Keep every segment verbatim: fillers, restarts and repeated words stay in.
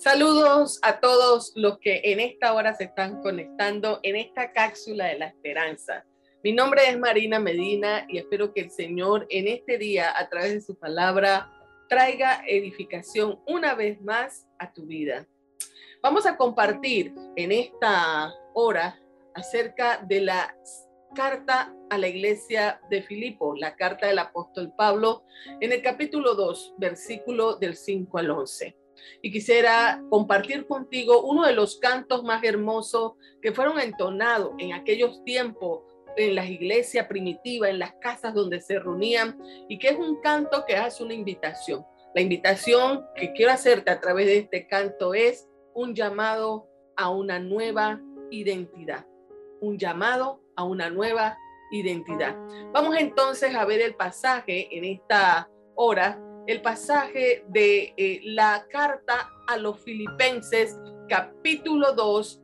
Saludos a todos los que en esta hora se están conectando en esta cápsula de la esperanza. Mi nombre es Marina Medina y espero que el Señor en este día, a través de su palabra, traiga edificación una vez más a tu vida. Vamos a compartir en esta hora acerca de la carta a la iglesia de Filipo, la carta del apóstol Pablo, en el capítulo dos, versículo del cinco al once. Y quisiera compartir contigo uno de los cantos más hermosos que fueron entonados en aquellos tiempos en las iglesias primitivas, en las casas donde se reunían, y que es un canto que hace una invitación. La invitación que quiero hacerte a través de este canto es un llamado a una nueva identidad. Un llamado a una nueva identidad. Vamos entonces a ver el pasaje en esta hora. El pasaje de eh, la carta a los Filipenses, capítulo dos,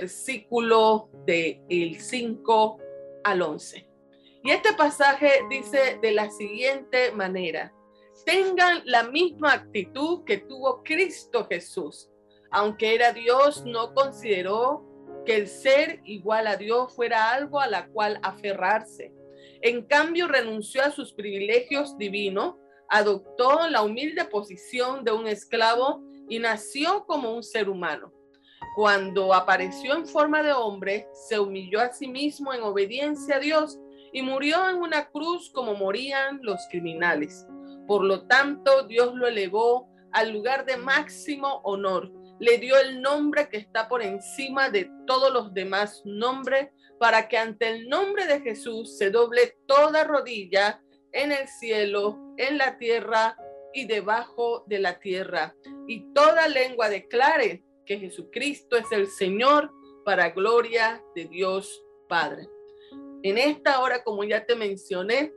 versículo del cinco al once. Y este pasaje dice de la siguiente manera: tengan la misma actitud que tuvo Cristo Jesús. Aunque era Dios, no consideró que el ser igual a Dios fuera algo a la cual aferrarse. En cambio, renunció a sus privilegios divinos, adoptó la humilde posición de un esclavo y nació como un ser humano. Cuando apareció en forma de hombre, se humilló a sí mismo en obediencia a Dios y murió en una cruz como morían los criminales. Por lo tanto, Dios lo elevó al lugar de máximo honor. Le dio el nombre que está por encima de todos los demás nombres, para que ante el nombre de Jesús se doble toda rodilla en el cielo, en la tierra y debajo de la tierra, y toda lengua declare que Jesucristo es el Señor, para gloria de Dios Padre. En esta hora, como ya te mencioné,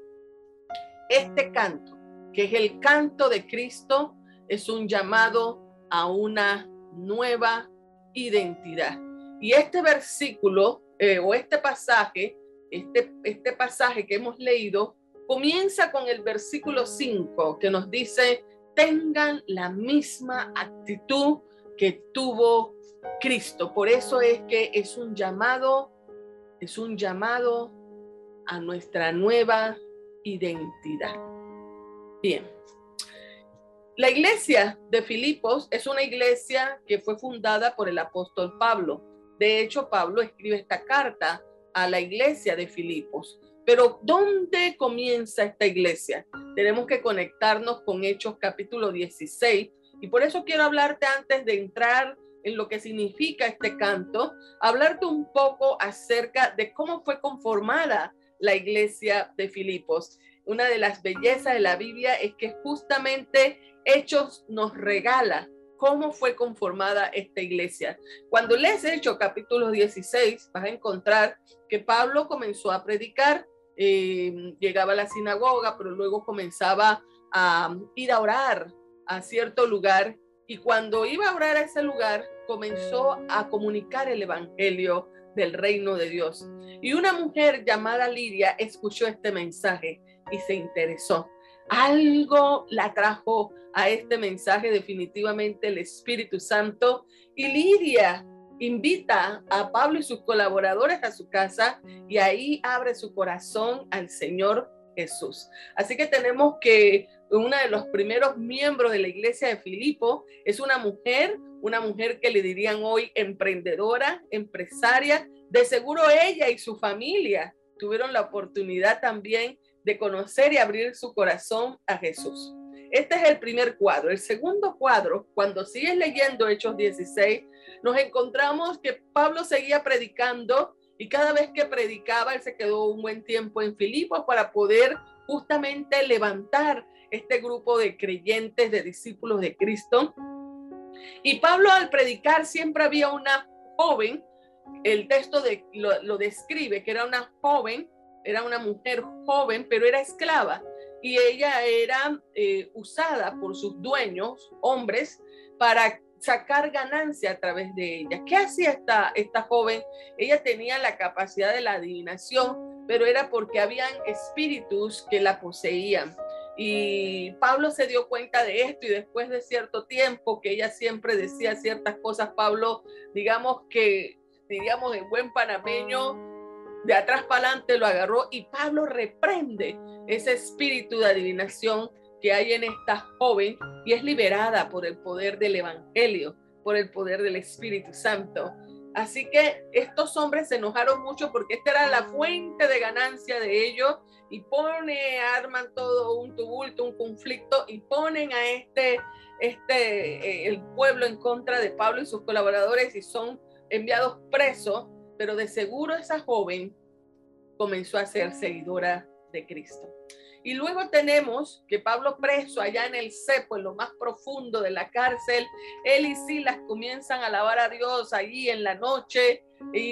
este canto, que es el canto de Cristo, es un llamado a una nueva identidad. Y este versículo eh, o este pasaje, este, este pasaje que hemos leído, comienza con el versículo cinco, que nos dice: tengan la misma actitud que tuvo Cristo. Por eso es que es un llamado, es un llamado a nuestra nueva identidad. Bien. La iglesia de Filipos es una iglesia que fue fundada por el apóstol Pablo. De hecho, Pablo escribe esta carta a la iglesia de Filipos. Pero ¿dónde comienza esta iglesia? Tenemos que conectarnos con Hechos capítulo dieciséis, y por eso quiero hablarte, antes de entrar en lo que significa este canto, hablarte un poco acerca de cómo fue conformada la iglesia de Filipos. Una de las bellezas de la Biblia es que justamente Hechos nos regala cómo fue conformada esta iglesia. Cuando lees Hechos capítulo dieciséis, vas a encontrar que Pablo comenzó a predicar, eh, llegaba a la sinagoga, pero luego comenzaba a ir a orar a cierto lugar, y cuando iba a orar a ese lugar, comenzó a comunicar el evangelio del reino de Dios. Y una mujer llamada Lidia escuchó este mensaje y se interesó. Algo la trajo a este mensaje, definitivamente el Espíritu Santo, y Lidia invita a Pablo y sus colaboradores a su casa, y ahí abre su corazón al Señor Jesús. Así que tenemos que una de los primeros miembros de la iglesia de Filipo es una mujer, una mujer que le dirían hoy emprendedora, empresaria. De seguro ella y su familia tuvieron la oportunidad también de conocer y abrir su corazón a Jesús. Este es el primer cuadro. El segundo cuadro, cuando sigues leyendo Hechos dieciséis, nos encontramos que Pablo seguía predicando, y cada vez que predicaba, él se quedó un buen tiempo en Filipos para poder justamente levantar este grupo de creyentes, de discípulos de Cristo. Y Pablo, al predicar, siempre había una joven, el texto de, lo, lo describe, que era una joven, era una mujer joven, pero era esclava, y ella era eh, usada por sus dueños, hombres, para sacar ganancia a través de ella. ¿Qué hacía esta, esta joven? Ella tenía la capacidad de la adivinación, pero era porque habían espíritus que la poseían. Y Pablo se dio cuenta de esto y después de cierto tiempo que ella siempre decía ciertas cosas, Pablo, digamos que, diríamos en buen panameño, de atrás para adelante lo agarró y Pablo reprende ese espíritu de adivinación que hay en esta joven y es liberada por el poder del evangelio, por el poder del Espíritu Santo. Así que estos hombres se enojaron mucho porque esta era la fuente de ganancia de ellos y pone, arman todo un tumulto, un conflicto y ponen a este, este, eh, el pueblo en contra de Pablo y sus colaboradores y son enviados presos, pero de seguro esa joven comenzó a ser seguidora de Cristo. Y luego tenemos que Pablo preso allá en el cepo, en lo más profundo de la cárcel, él y Silas comienzan a alabar a Dios allí en la noche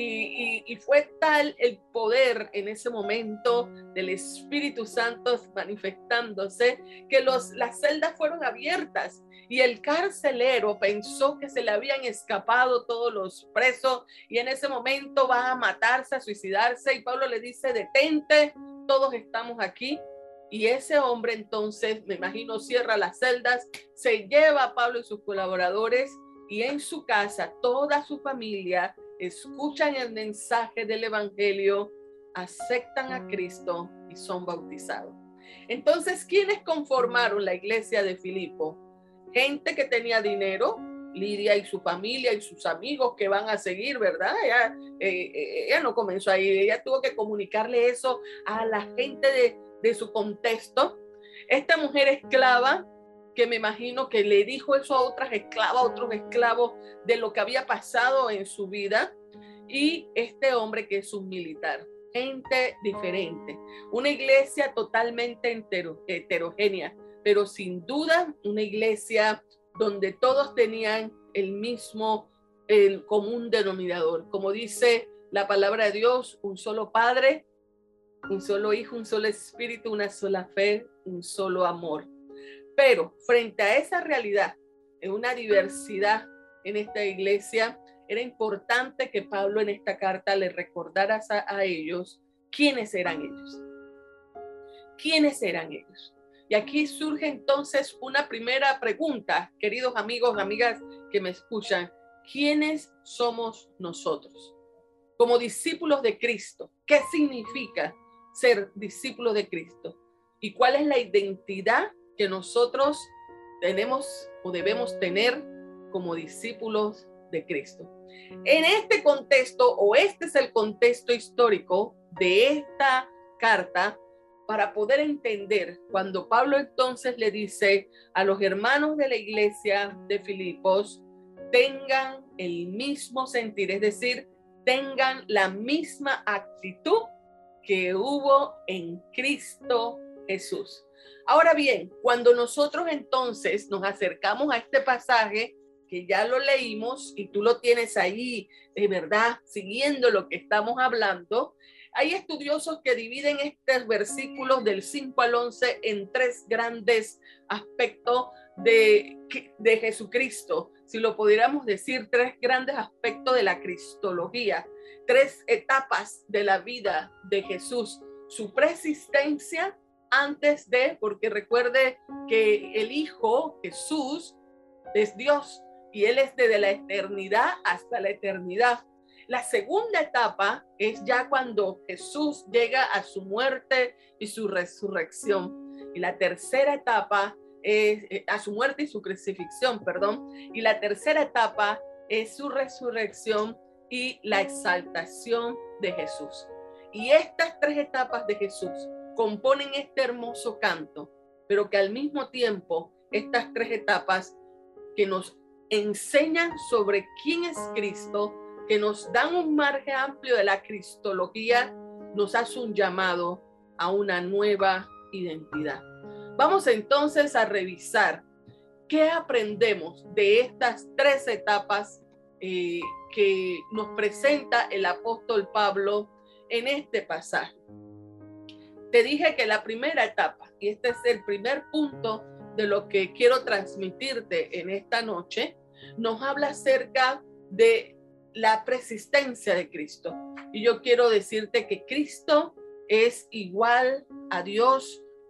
y, y, y fue tal el poder en ese momento del Espíritu Santo manifestándose que los, las celdas fueron abiertas y el carcelero pensó que se le habían escapado todos los presos y en ese momento va a matarse, a suicidarse y Pablo le dice, detente, todos estamos aquí. Y ese hombre entonces, me imagino, cierra las celdas, se lleva a Pablo y sus colaboradores y en su casa toda su familia escuchan el mensaje del evangelio, aceptan a Cristo y son bautizados. Entonces, ¿quiénes conformaron la iglesia de Filipo? Gente que tenía dinero, Lidia y su familia y sus amigos que van a seguir, ¿verdad? Ella, eh, ella no comenzó ahí, ella tuvo que comunicarle eso a la gente de de su contexto. Esta mujer esclava que me imagino que le dijo eso a otras esclavas, a otros esclavos de lo que había pasado en su vida y este hombre que es un militar, gente diferente, una iglesia totalmente entero, heterogénea, pero sin duda una iglesia donde todos tenían el mismo, el común denominador, como dice la palabra de Dios, un solo Padre, un solo Hijo, un solo Espíritu, una sola fe, un solo amor. Pero frente a esa realidad, en una diversidad en esta iglesia, era importante que Pablo en esta carta le recordara a, a ellos quiénes eran ellos. ¿Quiénes eran ellos? Y aquí surge entonces una primera pregunta, queridos amigos, amigas que me escuchan. ¿Quiénes somos nosotros? Como discípulos de Cristo, ¿qué significa ser discípulo de Cristo? ¿Y cuál es la identidad que nosotros tenemos o debemos tener como discípulos de Cristo? En este contexto, o este es el contexto histórico de esta carta, para poder entender cuando Pablo entonces le dice a los hermanos de la iglesia de Filipos, tengan el mismo sentir, es decir, tengan la misma actitud que hubo en Cristo Jesús. Ahora bien, cuando nosotros entonces nos acercamos a este pasaje, que ya lo leímos y tú lo tienes ahí, de verdad, siguiendo lo que estamos hablando, hay estudiosos que dividen estos versículos del cinco al once en tres grandes aspectos de, de Jesucristo, si lo pudiéramos decir, tres grandes aspectos de la cristología, tres etapas de la vida de Jesús, su preexistencia antes de, porque recuerde que el Hijo Jesús es Dios y Él es desde la eternidad hasta la eternidad. La segunda etapa es ya cuando Jesús llega a su muerte y su resurrección. Y la tercera etapa es eh, a su muerte y su crucifixión, perdón. Y la tercera etapa es su resurrección y la exaltación de Jesús. Y estas tres etapas de Jesús componen este hermoso canto, pero que al mismo tiempo estas tres etapas que nos enseñan sobre quién es Cristo, que nos dan un margen amplio de la cristología, nos hace un llamado a una nueva identidad. Vamos entonces a revisar qué aprendemos de estas tres etapas eh, que nos presenta el apóstol Pablo en este pasaje. Te dije que la primera etapa, y este es el primer punto de lo que quiero transmitirte en esta noche, nos habla acerca de la preexistencia de Cristo. Y yo quiero decirte que Cristo es igual a Dios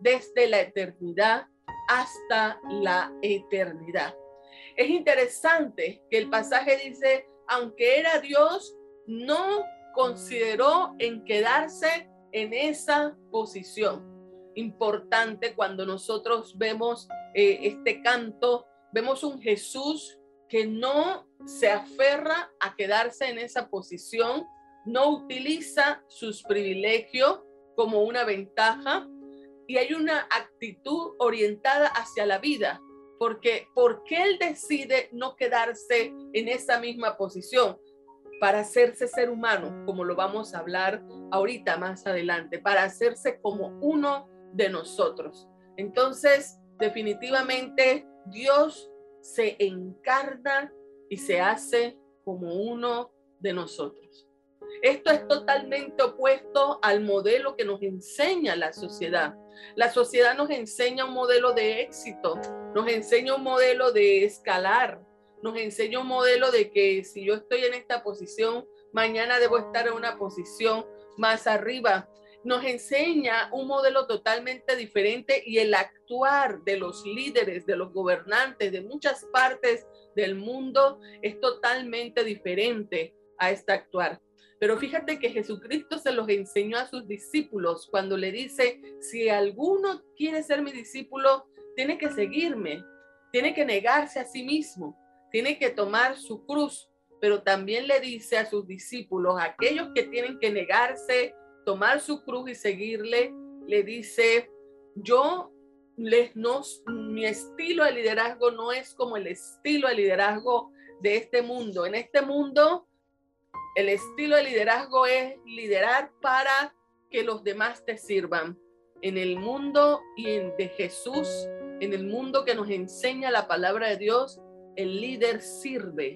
desde la eternidad hasta la eternidad. Es interesante que el pasaje dice, aunque era Dios, no consideró en quedarse en esa posición. Importante cuando nosotros vemos eh, este canto, vemos un Jesús que no se aferra a quedarse en esa posición, no utiliza sus privilegios como una ventaja, y hay una actitud orientada hacia la vida, porque porque él decide no quedarse en esa misma posición para hacerse ser humano, como lo vamos a hablar ahorita más adelante, para hacerse como uno de nosotros. Entonces, definitivamente Dios se encarna y se hace como uno de nosotros. Esto es totalmente opuesto al modelo que nos enseña la sociedad. La sociedad nos enseña un modelo de éxito, nos enseña un modelo de escalar, nos enseña un modelo de que si yo estoy en esta posición, mañana debo estar en una posición más arriba. Nos enseña un modelo totalmente diferente, y el actuar de los líderes, de los gobernantes de muchas partes del mundo es totalmente diferente a este actuar. Pero fíjate que Jesucristo se los enseñó a sus discípulos cuando le dice, si alguno quiere ser mi discípulo, tiene que seguirme, tiene que negarse a sí mismo, tiene que tomar su cruz. Pero también le dice a sus discípulos, aquellos que tienen que negarse, tomar su cruz y seguirle, le dice, yo les no, mi estilo de liderazgo no es como el estilo de liderazgo de este mundo. En este mundo, el estilo de liderazgo es liderar para que los demás te sirvan. En el mundo y en de Jesús, en el mundo que nos enseña la palabra de Dios, el líder sirve.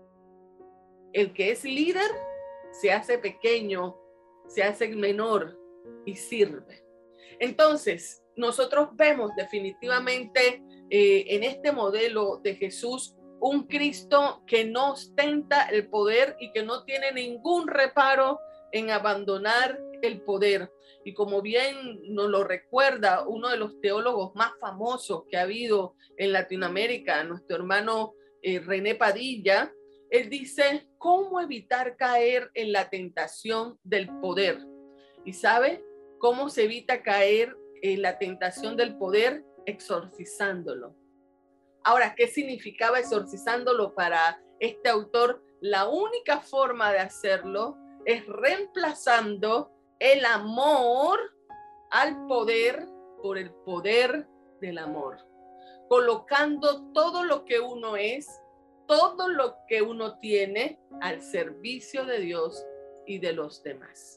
El que es líder se hace pequeño, se hace menor y sirve. Entonces, nosotros vemos definitivamente eh, en este modelo de Jesús un Cristo que no ostenta el poder y que no tiene ningún reparo en abandonar el poder. Y como bien nos lo recuerda uno de los teólogos más famosos que ha habido en Latinoamérica, nuestro hermano eh, René Padilla, él dice, ¿cómo evitar caer en la tentación del poder? ¿Y sabe cómo se evita caer en la tentación del poder? Exorcizándolo. Ahora, ¿qué significaba exorcizándolo para este autor? La única forma de hacerlo es reemplazando el amor al poder por el poder del amor, colocando todo lo que uno es, todo lo que uno tiene al servicio de Dios y de los demás.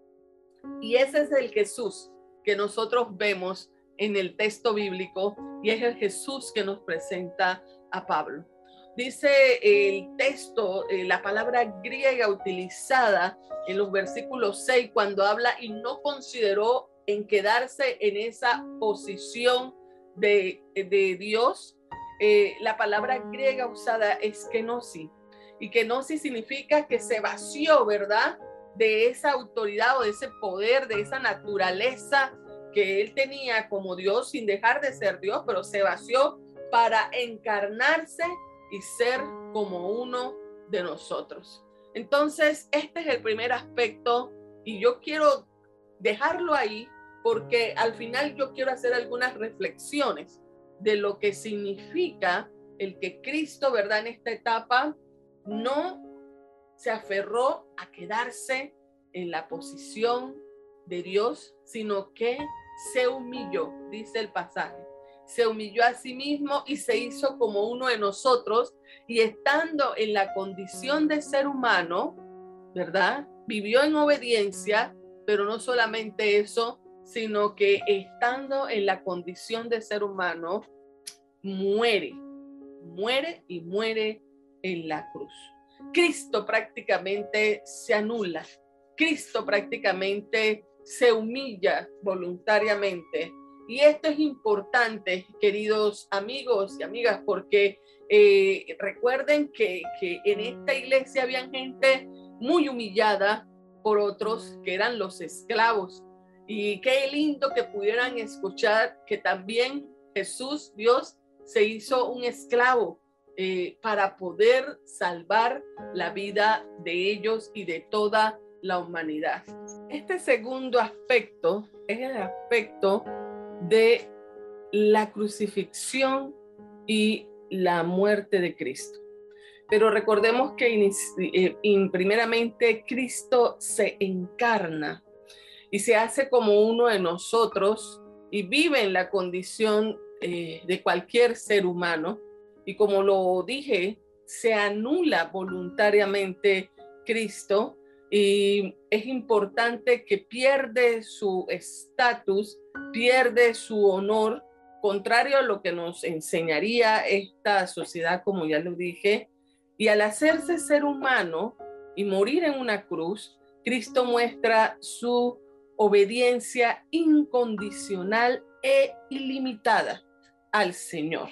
Y ese es el Jesús que nosotros vemos en el texto bíblico, y es el Jesús que nos presenta a Pablo. Dice el texto, eh, la palabra griega utilizada en los versículos seis, cuando habla y no consideró en quedarse en esa posición de, de Dios, eh, la palabra griega usada es kenosis, y kenosis significa que se vació, ¿verdad?, de esa autoridad o de ese poder, de esa naturaleza que él tenía como Dios, sin dejar de ser Dios, pero se vació para encarnarse y ser como uno de nosotros. Entonces, este es el primer aspecto, y yo quiero dejarlo ahí porque al final yo quiero hacer algunas reflexiones de lo que significa el que Cristo, ¿verdad?, en esta etapa no se aferró a quedarse en la posición de Dios, sino que se humilló, dice el pasaje. Se humilló a sí mismo y se hizo como uno de nosotros, y estando en la condición de ser humano, ¿verdad?, vivió en obediencia, pero no solamente eso, sino que estando en la condición de ser humano, muere, muere y muere en la cruz. Cristo prácticamente se anula, Cristo prácticamente se humilla voluntariamente. Y esto es importante, queridos amigos y amigas, porque eh, recuerden que, que en esta iglesia había gente muy humillada por otros que eran los esclavos. Y qué lindo que pudieran escuchar que también Jesús, Dios, se hizo un esclavo eh, para poder salvar la vida de ellos y de toda la humanidad. Este segundo aspecto es el aspecto de la crucifixión y la muerte de Cristo. Pero recordemos que eh, primeramente Cristo se encarna y se hace como uno de nosotros y vive en la condición eh, de cualquier ser humano. Y como lo dije, se anula voluntariamente Cristo y es importante que pierde su estatus, pierde su honor, contrario a lo que nos enseñaría esta sociedad, como ya lo dije. Y al hacerse ser humano y morir en una cruz, Cristo muestra su obediencia incondicional e ilimitada al Señor.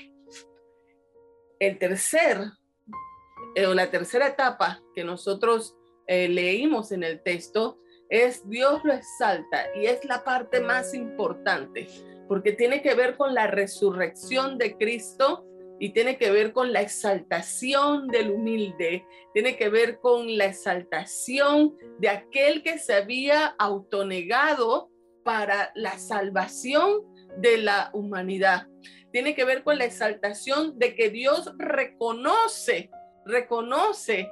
El tercer, eh, o la tercera etapa que nosotros eh, leímos en el texto es Dios lo exalta, y es la parte más importante porque tiene que ver con la resurrección de Cristo y tiene que ver con la exaltación del humilde, tiene que ver con la exaltación de aquel que se había autonegado para la salvación de la humanidad. Tiene que ver con la exaltación de que Dios reconoce, reconoce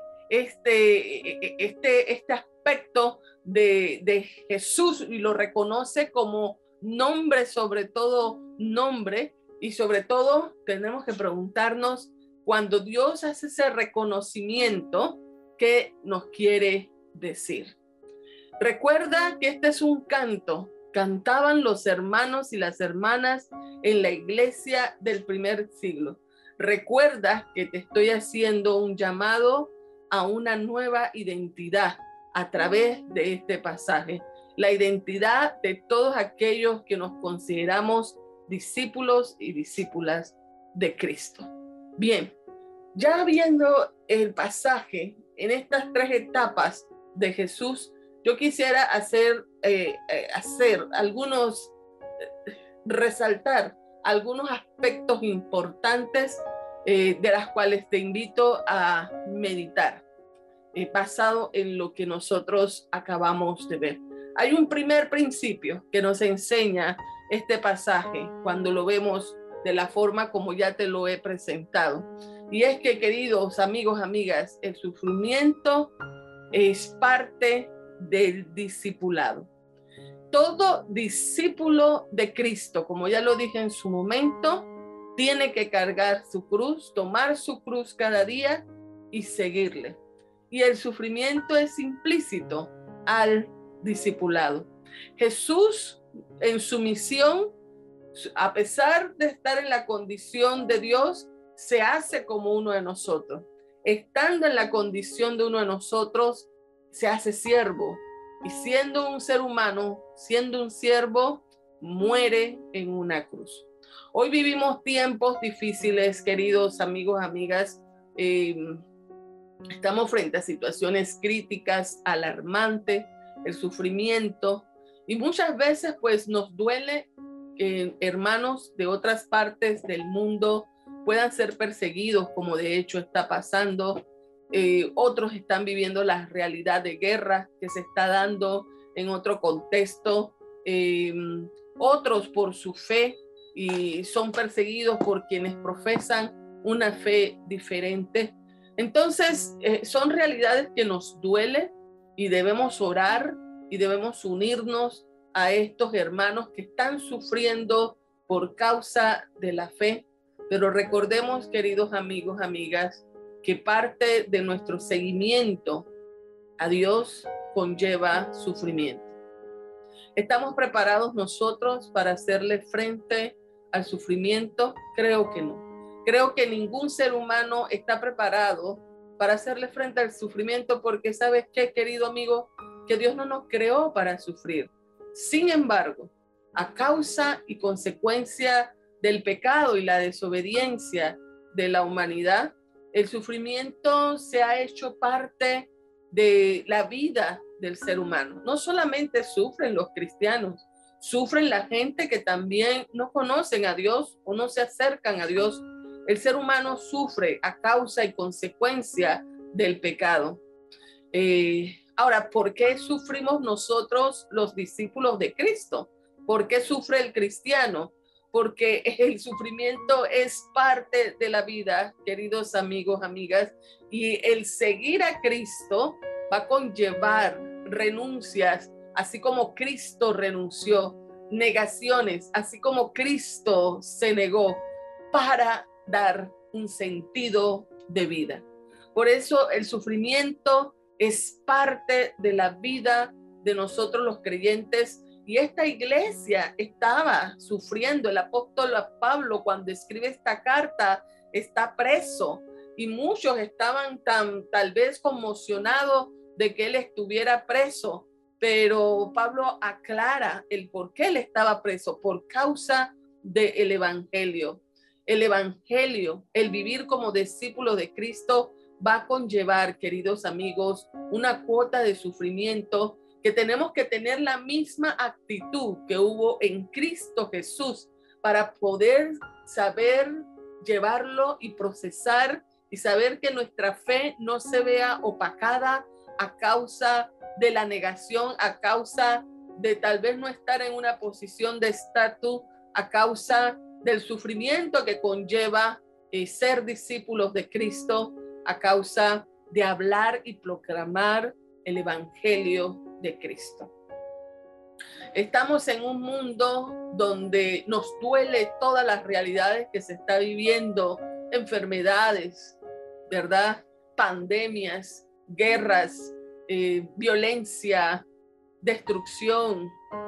este, este, este aspecto de, de Jesús y lo reconoce como nombre sobre todo nombre. Y sobre todo tenemos que preguntarnos, cuando Dios hace ese reconocimiento, ¿qué nos quiere decir? Recuerda que este es un canto, cantaban los hermanos y las hermanas en la iglesia del primer siglo. Recuerda que te estoy haciendo un llamado a una nueva identidad a través de este pasaje. La identidad de todos aquellos que nos consideramos discípulos y discípulas de Cristo. Bien, ya viendo el pasaje en estas tres etapas de Jesús, yo quisiera hacer, eh, eh, hacer algunos, eh, resaltar algunos aspectos importantes eh, de las cuales te invito a meditar, eh, basado en lo que nosotros acabamos de ver. Hay un primer principio que nos enseña este pasaje cuando lo vemos de la forma como ya te lo he presentado. Y es que, queridos amigos, amigas, el sufrimiento es parte del discipulado. Todo discípulo de Cristo, como ya lo dije en su momento, tiene que cargar su cruz, tomar su cruz cada día y seguirle. Y el sufrimiento es implícito al discipulado. Jesús, en su misión, a pesar de estar en la condición de Dios, se hace como uno de nosotros. Estando en la condición de uno de nosotros, se hace siervo. Y siendo un ser humano, siendo un siervo, muere en una cruz. Hoy vivimos tiempos difíciles, queridos amigos, amigas. Eh, estamos frente a situaciones críticas, alarmantes, el sufrimiento, y muchas veces pues nos duele que hermanos de otras partes del mundo puedan ser perseguidos, como de hecho está pasando. Eh, otros están viviendo la realidad de guerra que se está dando en otro contexto, eh, otros por su fe y son perseguidos por quienes profesan una fe diferente. Entonces eh, son realidades que nos duelen y debemos orar y debemos unirnos a estos hermanos que están sufriendo por causa de la fe. Pero recordemos, queridos amigos, amigas, que parte de nuestro seguimiento a Dios conlleva sufrimiento. ¿Estamos preparados nosotros para hacerle frente al sufrimiento? Creo que no. Creo que ningún ser humano está preparado para hacerle frente al sufrimiento, porque ¿sabes qué, querido amigo? Que Dios no nos creó para sufrir. Sin embargo, a causa y consecuencia del pecado y la desobediencia de la humanidad, el sufrimiento se ha hecho parte de la vida del ser humano. No solamente sufren los cristianos, Sufren la gente que también no conocen a Dios o no se acercan a Dios. El ser humano sufre a causa y consecuencia del pecado. Eh, ahora, ¿por qué sufrimos nosotros los discípulos de Cristo? ¿Por qué sufre el cristiano? Porque el sufrimiento es parte de la vida, queridos amigos, amigas, y el seguir a Cristo va a conllevar renuncias, así como Cristo renunció, negaciones, así como Cristo se negó para dar un sentido de vida. Por eso el sufrimiento es parte de la vida de nosotros los creyentes. Y esta iglesia estaba sufriendo. El apóstol Pablo, cuando escribe esta carta, está preso. Y muchos estaban tan, tal vez conmocionados de que él estuviera preso. Pero Pablo aclara el por qué él estaba preso, por causa del evangelio. El evangelio, el vivir como discípulo de Cristo, va a conllevar, queridos amigos, una cuota de sufrimiento, que tenemos que tener la misma actitud que hubo en Cristo Jesús para poder saber llevarlo y procesar y saber que nuestra fe no se vea opacada a causa de la negación, a causa de tal vez no estar en una posición de estatus, a causa del sufrimiento que conlleva eh, ser discípulos de Cristo, a causa de hablar y proclamar el evangelio de Cristo. Estamos en un mundo donde nos duele todas las realidades que se está viviendo, enfermedades, ¿verdad? Pandemias, guerras, eh, violencia, destrucción,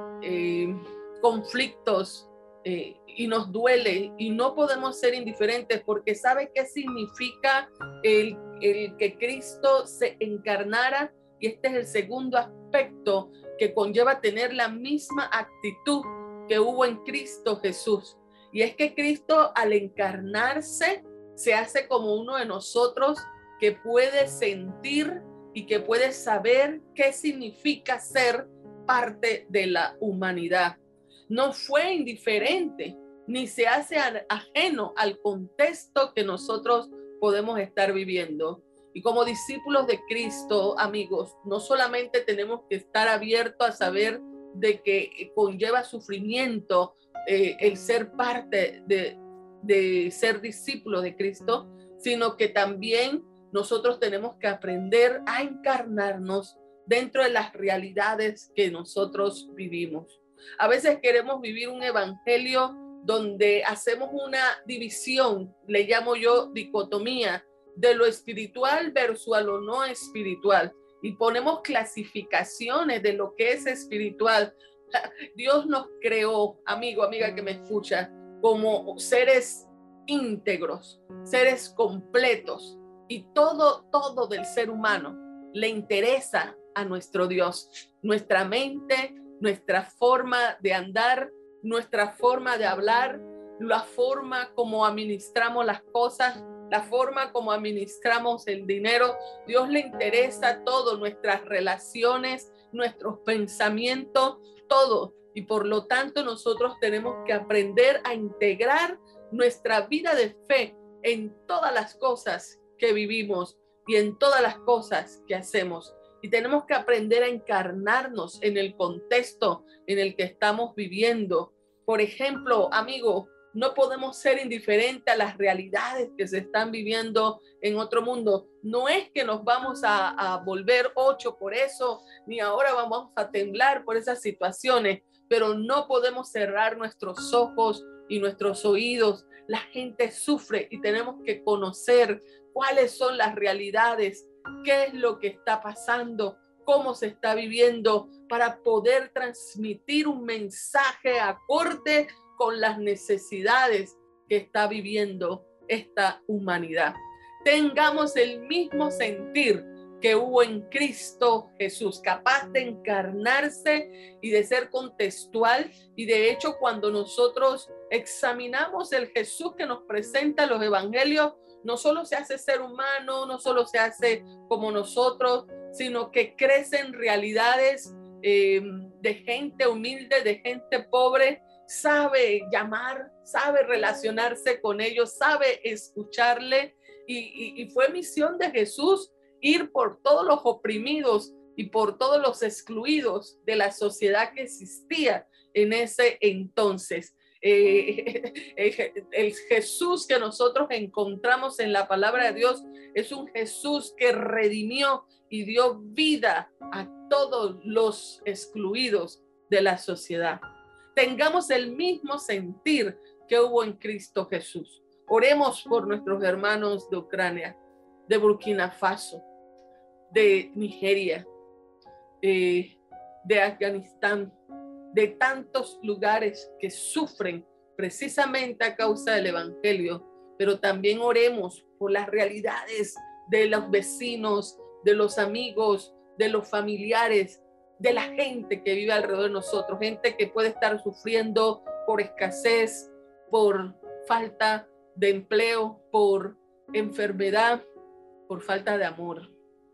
eh, conflictos, eh, y nos duele y no podemos ser indiferentes porque ¿sabe qué significa el, el que Cristo se encarnara? Y este es el segundo aspecto que conlleva tener la misma actitud que hubo en Cristo Jesús. Y es que Cristo al encarnarse se hace como uno de nosotros que puede sentir y que puede saber qué significa ser parte de la humanidad. No fue indiferente ni se hace ajeno al contexto que nosotros podemos estar viviendo. Y como discípulos de Cristo, amigos, no solamente tenemos que estar abiertos a saber de que conlleva sufrimiento eh, el ser parte de, de ser discípulos de Cristo, sino que también nosotros tenemos que aprender a encarnarnos dentro de las realidades que nosotros vivimos. A veces queremos vivir un evangelio donde hacemos una división, le llamo yo dicotomía, de lo espiritual versus a lo no espiritual. Y ponemos clasificaciones de lo que es espiritual. Dios nos creó, amigo, amiga que me escucha, como seres íntegros, seres completos. Y todo, todo del ser humano le interesa a nuestro Dios. Nuestra mente, nuestra forma de andar, nuestra forma de hablar, la forma como administramos las cosas, la forma como administramos el dinero. Dios le interesa todo, nuestras relaciones, nuestros pensamientos, todo. Y por lo tanto nosotros tenemos que aprender a integrar nuestra vida de fe en todas las cosas que vivimos y en todas las cosas que hacemos. Y tenemos que aprender a encarnarnos en el contexto en el que estamos viviendo. Por ejemplo, amigo, no podemos ser indiferentes a las realidades que se están viviendo en otro mundo. No es que nos vamos a, a volver ocho por eso, ni ahora vamos a temblar por esas situaciones, pero no podemos cerrar nuestros ojos y nuestros oídos. La gente sufre y tenemos que conocer cuáles son las realidades, qué es lo que está pasando, cómo se está viviendo, para poder transmitir un mensaje acorde con las necesidades que está viviendo esta humanidad. Tengamos el mismo sentir que hubo en Cristo Jesús, capaz de encarnarse y de ser contextual. Y de hecho, cuando nosotros examinamos el Jesús que nos presenta los evangelios, no solo se hace ser humano, no solo se hace como nosotros, sino que crecen realidades eh, de gente humilde, de gente pobre, sabe llamar, sabe relacionarse con ellos, sabe escucharle. Y, y, y fue misión de Jesús ir por todos los oprimidos y por todos los excluidos de la sociedad que existía en ese entonces. Eh, el Jesús que nosotros encontramos en la palabra de Dios es un Jesús que redimió y dio vida a todos los excluidos de la sociedad. Tengamos el mismo sentir que hubo en Cristo Jesús. Oremos por nuestros hermanos de Ucrania, de Burkina Faso, de Nigeria, eh, de Afganistán, de tantos lugares que sufren precisamente a causa del evangelio, pero también oremos por las realidades de los vecinos, de los amigos, de los familiares, de la gente que vive alrededor de nosotros, gente que puede estar sufriendo por escasez, por falta de empleo, por enfermedad, por falta de amor,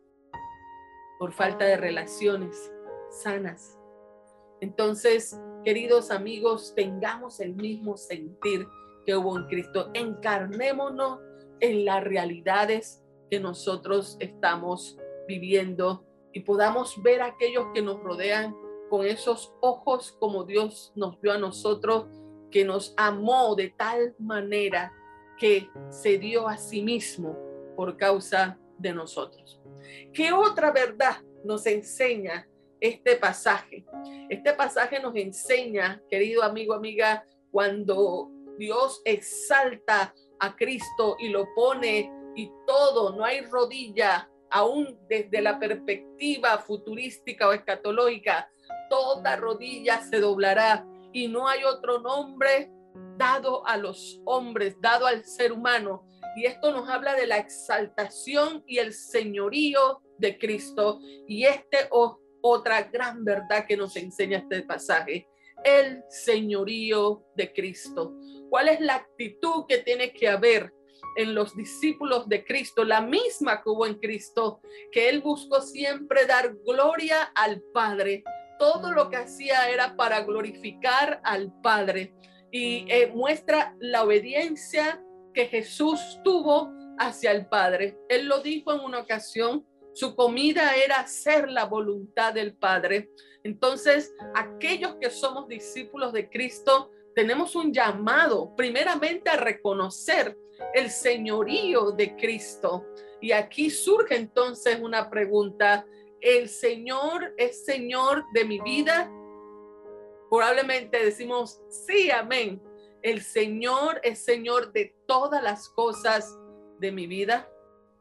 por falta de relaciones sanas. Entonces, queridos amigos, tengamos el mismo sentir que hubo en Cristo. Encarnémonos en las realidades que nosotros estamos viviendo y podamos ver a aquellos que nos rodean con esos ojos como Dios nos vio a nosotros, que nos amó de tal manera que se dio a sí mismo por causa de nosotros. ¿Qué otra verdad nos enseña este pasaje? Este pasaje nos enseña, querido amigo, amiga, cuando Dios exalta a Cristo y lo pone y todo, no hay rodilla, aún desde la perspectiva futurística o escatológica, toda rodilla se doblará y no hay otro nombre dado a los hombres, dado al ser humano. Y esto nos habla de la exaltación y el señorío de Cristo. Y este oh, otra gran verdad que nos enseña este pasaje, el señorío de Cristo. ¿Cuál es la actitud que tiene que haber en los discípulos de Cristo? La misma que hubo en Cristo, que él buscó siempre dar gloria al Padre. Todo lo que hacía era para glorificar al Padre y eh, muestra la obediencia que Jesús tuvo hacia el Padre. Él lo dijo en una ocasión, su comida era hacer la voluntad del Padre. Entonces, aquellos que somos discípulos de Cristo, tenemos un llamado primeramente a reconocer el señorío de Cristo. Y aquí surge entonces una pregunta: ¿el Señor es Señor de mi vida? Probablemente decimos sí, amén. El Señor es Señor de todas las cosas de mi vida.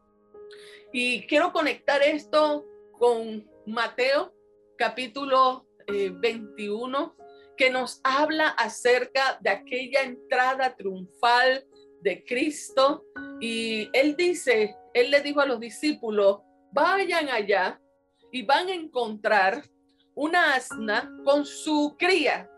Y quiero conectar esto con Mateo capítulo eh, veintiuno, que nos habla acerca de aquella entrada triunfal de Cristo. Y él dice, él le dijo a los discípulos, vayan allá y van a encontrar una asna con su cría.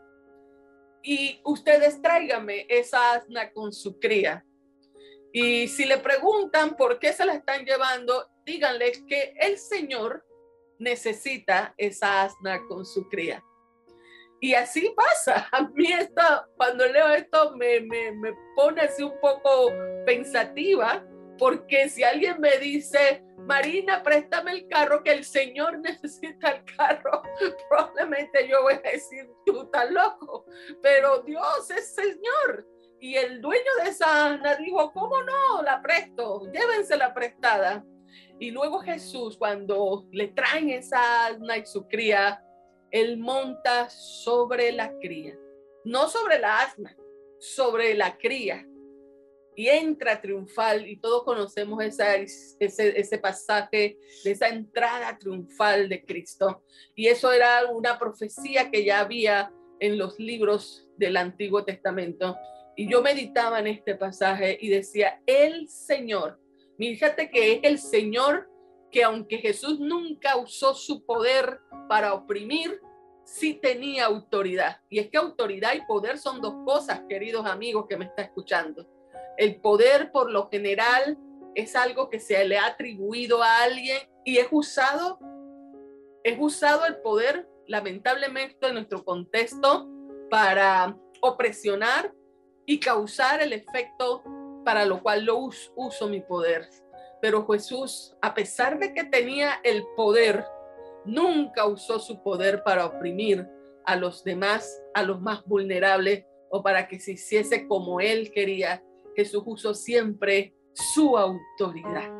Y ustedes tráiganme esa asna con su cría. Y si le preguntan por qué se la están llevando, díganles que el Señor necesita esa asna con su cría. Y así pasa. A mí esto, cuando leo esto me, me, me pone así un poco pensativa, porque si alguien me dice, Marina, préstame el carro, que el Señor necesita el carro, probablemente yo voy a decir, tú estás loco, pero Dios es Señor. Y el dueño de esa asna dijo, ¿cómo no? La presto, llévensela prestada. Y luego Jesús, cuando le traen esa asna y su cría, él monta sobre la cría, no sobre la asna, sobre la cría, y entra triunfal. Y todos conocemos esa, ese, ese pasaje de esa entrada triunfal de Cristo. Y eso era una profecía que ya había en los libros del Antiguo Testamento. Y yo meditaba en este pasaje y decía, el Señor, fíjate que es el Señor que, aunque Jesús nunca usó su poder para oprimir, sí tenía autoridad. Y es que autoridad y poder son dos cosas, queridos amigos que me están escuchando. El poder, por lo general, es algo que se le ha atribuido a alguien y es usado, es usado el poder lamentablemente, en nuestro contexto para opresionar y causar el efecto para lo cual lo uso, uso mi poder. Pero Jesús, a pesar de que tenía el poder, nunca usó su poder para oprimir a los demás, a los más vulnerables, o para que se hiciese como él quería. Jesús usó siempre su autoridad.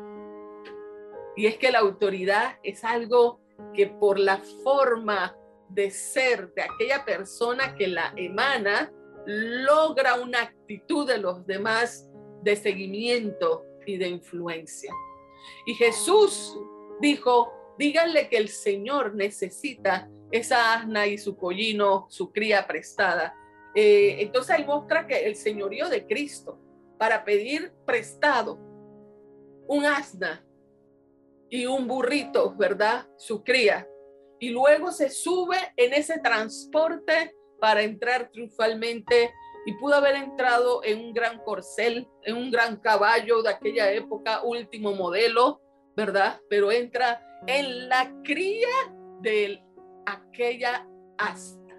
Y es que la autoridad es algo que por la forma de ser de aquella persona que la emana, logra una actitud de los demás de seguimiento y de influencia. Y Jesús dijo, díganle que el Señor necesita esa asna y su pollino, su cría prestada. Eh, entonces ahí muestra que el señorío de Cristo, para pedir prestado un asna y un burrito, ¿verdad? Su cría. Y luego se sube en ese transporte para entrar triunfalmente, y pudo haber entrado en un gran corcel, en un gran caballo de aquella época, último modelo, ¿verdad? Pero entra en la cría de aquella asta.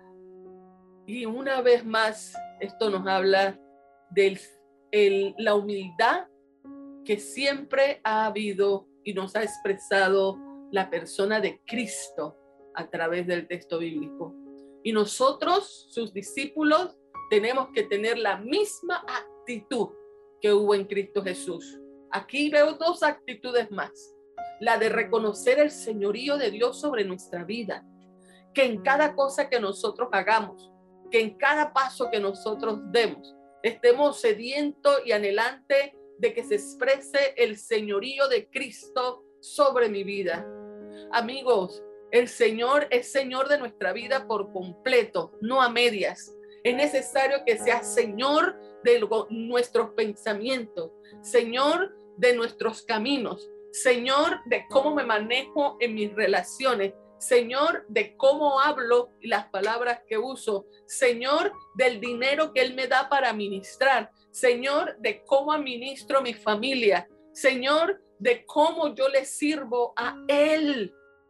Y una vez más, esto nos habla de la humildad que siempre ha habido y nos ha expresado la persona de Cristo a través del texto bíblico. Y nosotros, sus discípulos, tenemos que tener la misma actitud que hubo en Cristo Jesús. Aquí veo dos actitudes más. La de reconocer el señorío de Dios sobre nuestra vida, que en cada cosa que nosotros hagamos, que en cada paso que nosotros demos, estemos sedientos y anhelantes de que se exprese el señorío de Cristo sobre mi vida. Amigos, el Señor es Señor de nuestra vida por completo, no a medias. Es necesario que sea Señor de nuestros pensamientos, Señor de nuestros caminos, Señor de cómo me manejo en mis relaciones, Señor de cómo hablo y las palabras que uso, Señor del dinero que Él me da para administrar, Señor de cómo administro mi familia, Señor de cómo yo le sirvo a Él.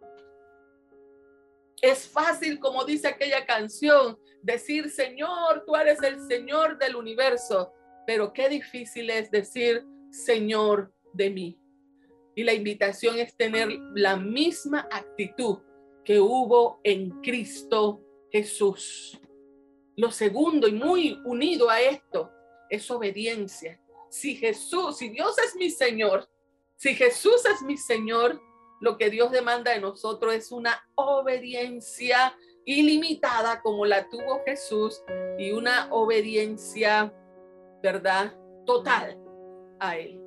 Es fácil, como dice aquella canción, decir, Señor, tú eres el Señor del universo, pero qué difícil es decir, Señor de mí. Y la invitación es tener la misma actitud que hubo en Cristo Jesús. Lo segundo, y muy unido a esto, es obediencia. Si Jesús, si Dios es mi Señor, si Jesús es mi Señor, lo que Dios demanda de nosotros es una obediencia ilimitada como la tuvo Jesús, y una obediencia, ¿verdad?, total a Él.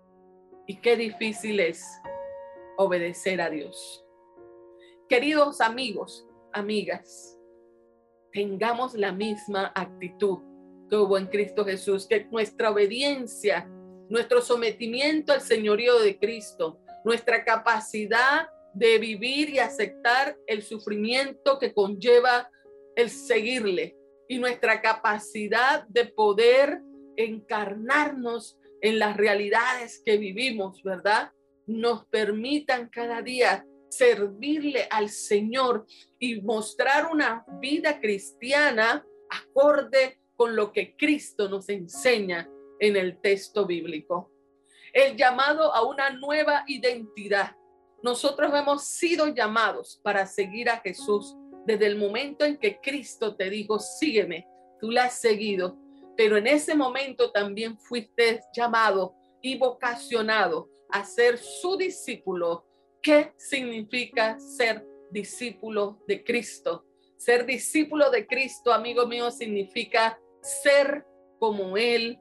Y qué difícil es obedecer a Dios. Queridos amigos, amigas, tengamos la misma actitud que hubo en Cristo Jesús, que nuestra obediencia, nuestro sometimiento al señorío de Cristo, nuestra capacidad de vivir y aceptar el sufrimiento que conlleva el seguirle, y nuestra capacidad de poder encarnarnos en las realidades que vivimos, ¿verdad?, nos permitan cada día servirle al Señor y mostrar una vida cristiana acorde con lo que Cristo nos enseña en el texto bíblico. El llamado a una nueva identidad. Nosotros hemos sido llamados para seguir a Jesús desde el momento en que Cristo te dijo, sígueme, tú la has seguido, pero en ese momento también fuiste llamado y vocacionado a ser su discípulo. ¿Qué significa ser discípulo de Cristo? Ser discípulo de Cristo, amigo mío, significa ser como Él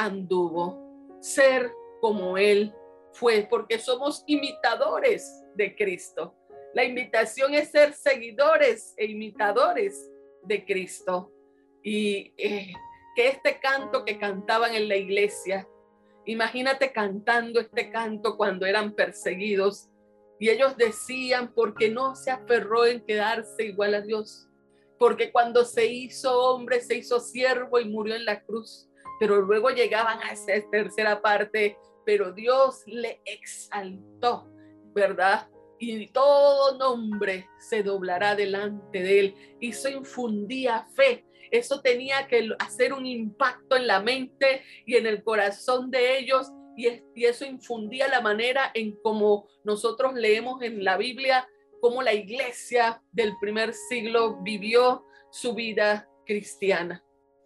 anduvo, ser como Él fue, porque somos imitadores de Cristo. La invitación es ser seguidores e imitadores de Cristo. Y eh, que este canto que cantaban en la iglesia, imagínate cantando este canto cuando eran perseguidos, y ellos decían, porque no se aferró en quedarse igual a Dios, porque cuando se hizo hombre, se hizo siervo y murió en la cruz, pero luego llegaban a esa tercera parte, pero Dios le exaltó, ¿verdad? y todo nombre se doblará delante de él. Y eso infundía fe. Eso tenía que hacer un impacto en la mente y en el corazón de ellos, y, y eso infundía la manera en cómo nosotros leemos en la Biblia, cómo la iglesia del primer siglo vivió su vida cristiana.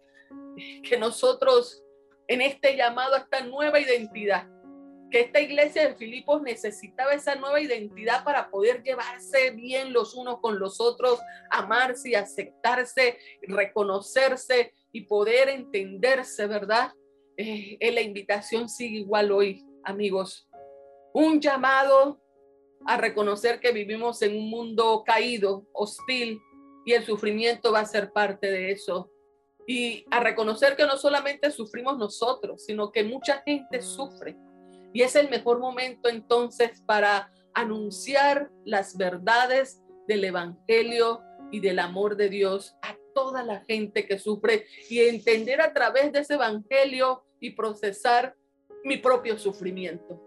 Que nosotros, en este llamado a esta nueva identidad, que esta iglesia de Filipos necesitaba esa nueva identidad para poder llevarse bien los unos con los otros, amarse y aceptarse, reconocerse y poder entenderse, ¿verdad? Eh, eh, la invitación sigue igual hoy, amigos. Un llamado a reconocer que vivimos en un mundo caído, hostil, y el sufrimiento va a ser parte de eso. Y a reconocer que no solamente sufrimos nosotros, sino que mucha gente sufre. Y es el mejor momento entonces para anunciar las verdades del evangelio y del amor de Dios a toda la gente que sufre, y entender a través de ese evangelio y procesar mi propio sufrimiento.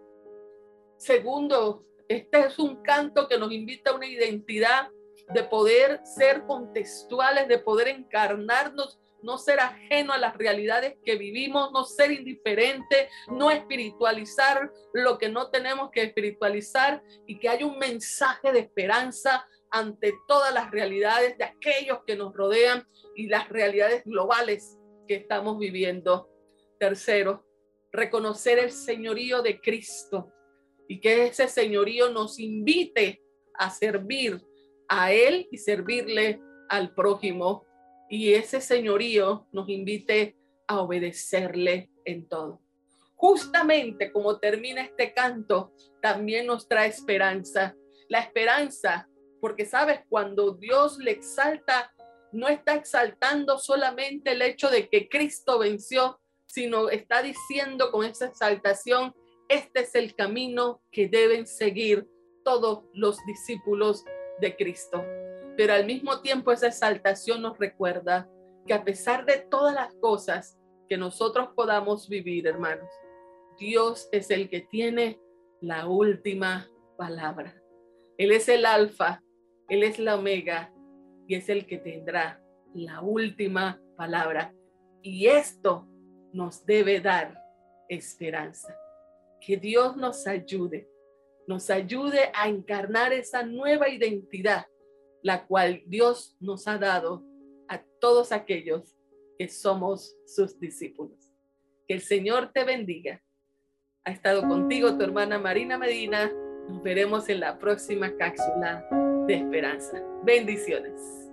Segundo, este es un canto que nos invita a una identidad de poder ser contextuales, de poder encarnarnos, no ser ajeno a las realidades que vivimos, no ser indiferente, no espiritualizar lo que no tenemos que espiritualizar, y que haya un mensaje de esperanza ante todas las realidades de aquellos que nos rodean y las realidades globales que estamos viviendo. Tercero, reconocer el señorío de Cristo, y que ese señorío nos invite a servir a Él y servirle al prójimo, y ese señorío nos invite a obedecerle en todo. Justamente como termina este canto, también nos trae esperanza. La esperanza, porque sabes, cuando Dios le exalta, no está exaltando solamente el hecho de que Cristo venció, sino está diciendo con esa exaltación: este es el camino que deben seguir todos los discípulos de Cristo. Pero al mismo tiempo esa exaltación nos recuerda que a pesar de todas las cosas que nosotros podamos vivir, hermanos, Dios es el que tiene la última palabra. Él es el alfa, Él es la omega, y es el que tendrá la última palabra. Y esto nos debe dar esperanza. Que Dios nos ayude, nos ayude a encarnar esa nueva identidad, la cual Dios nos ha dado a todos aquellos que somos sus discípulos. Que el Señor te bendiga. Ha estado contigo tu hermana Marina Medina. Nos veremos en la próxima cápsula de esperanza. Bendiciones.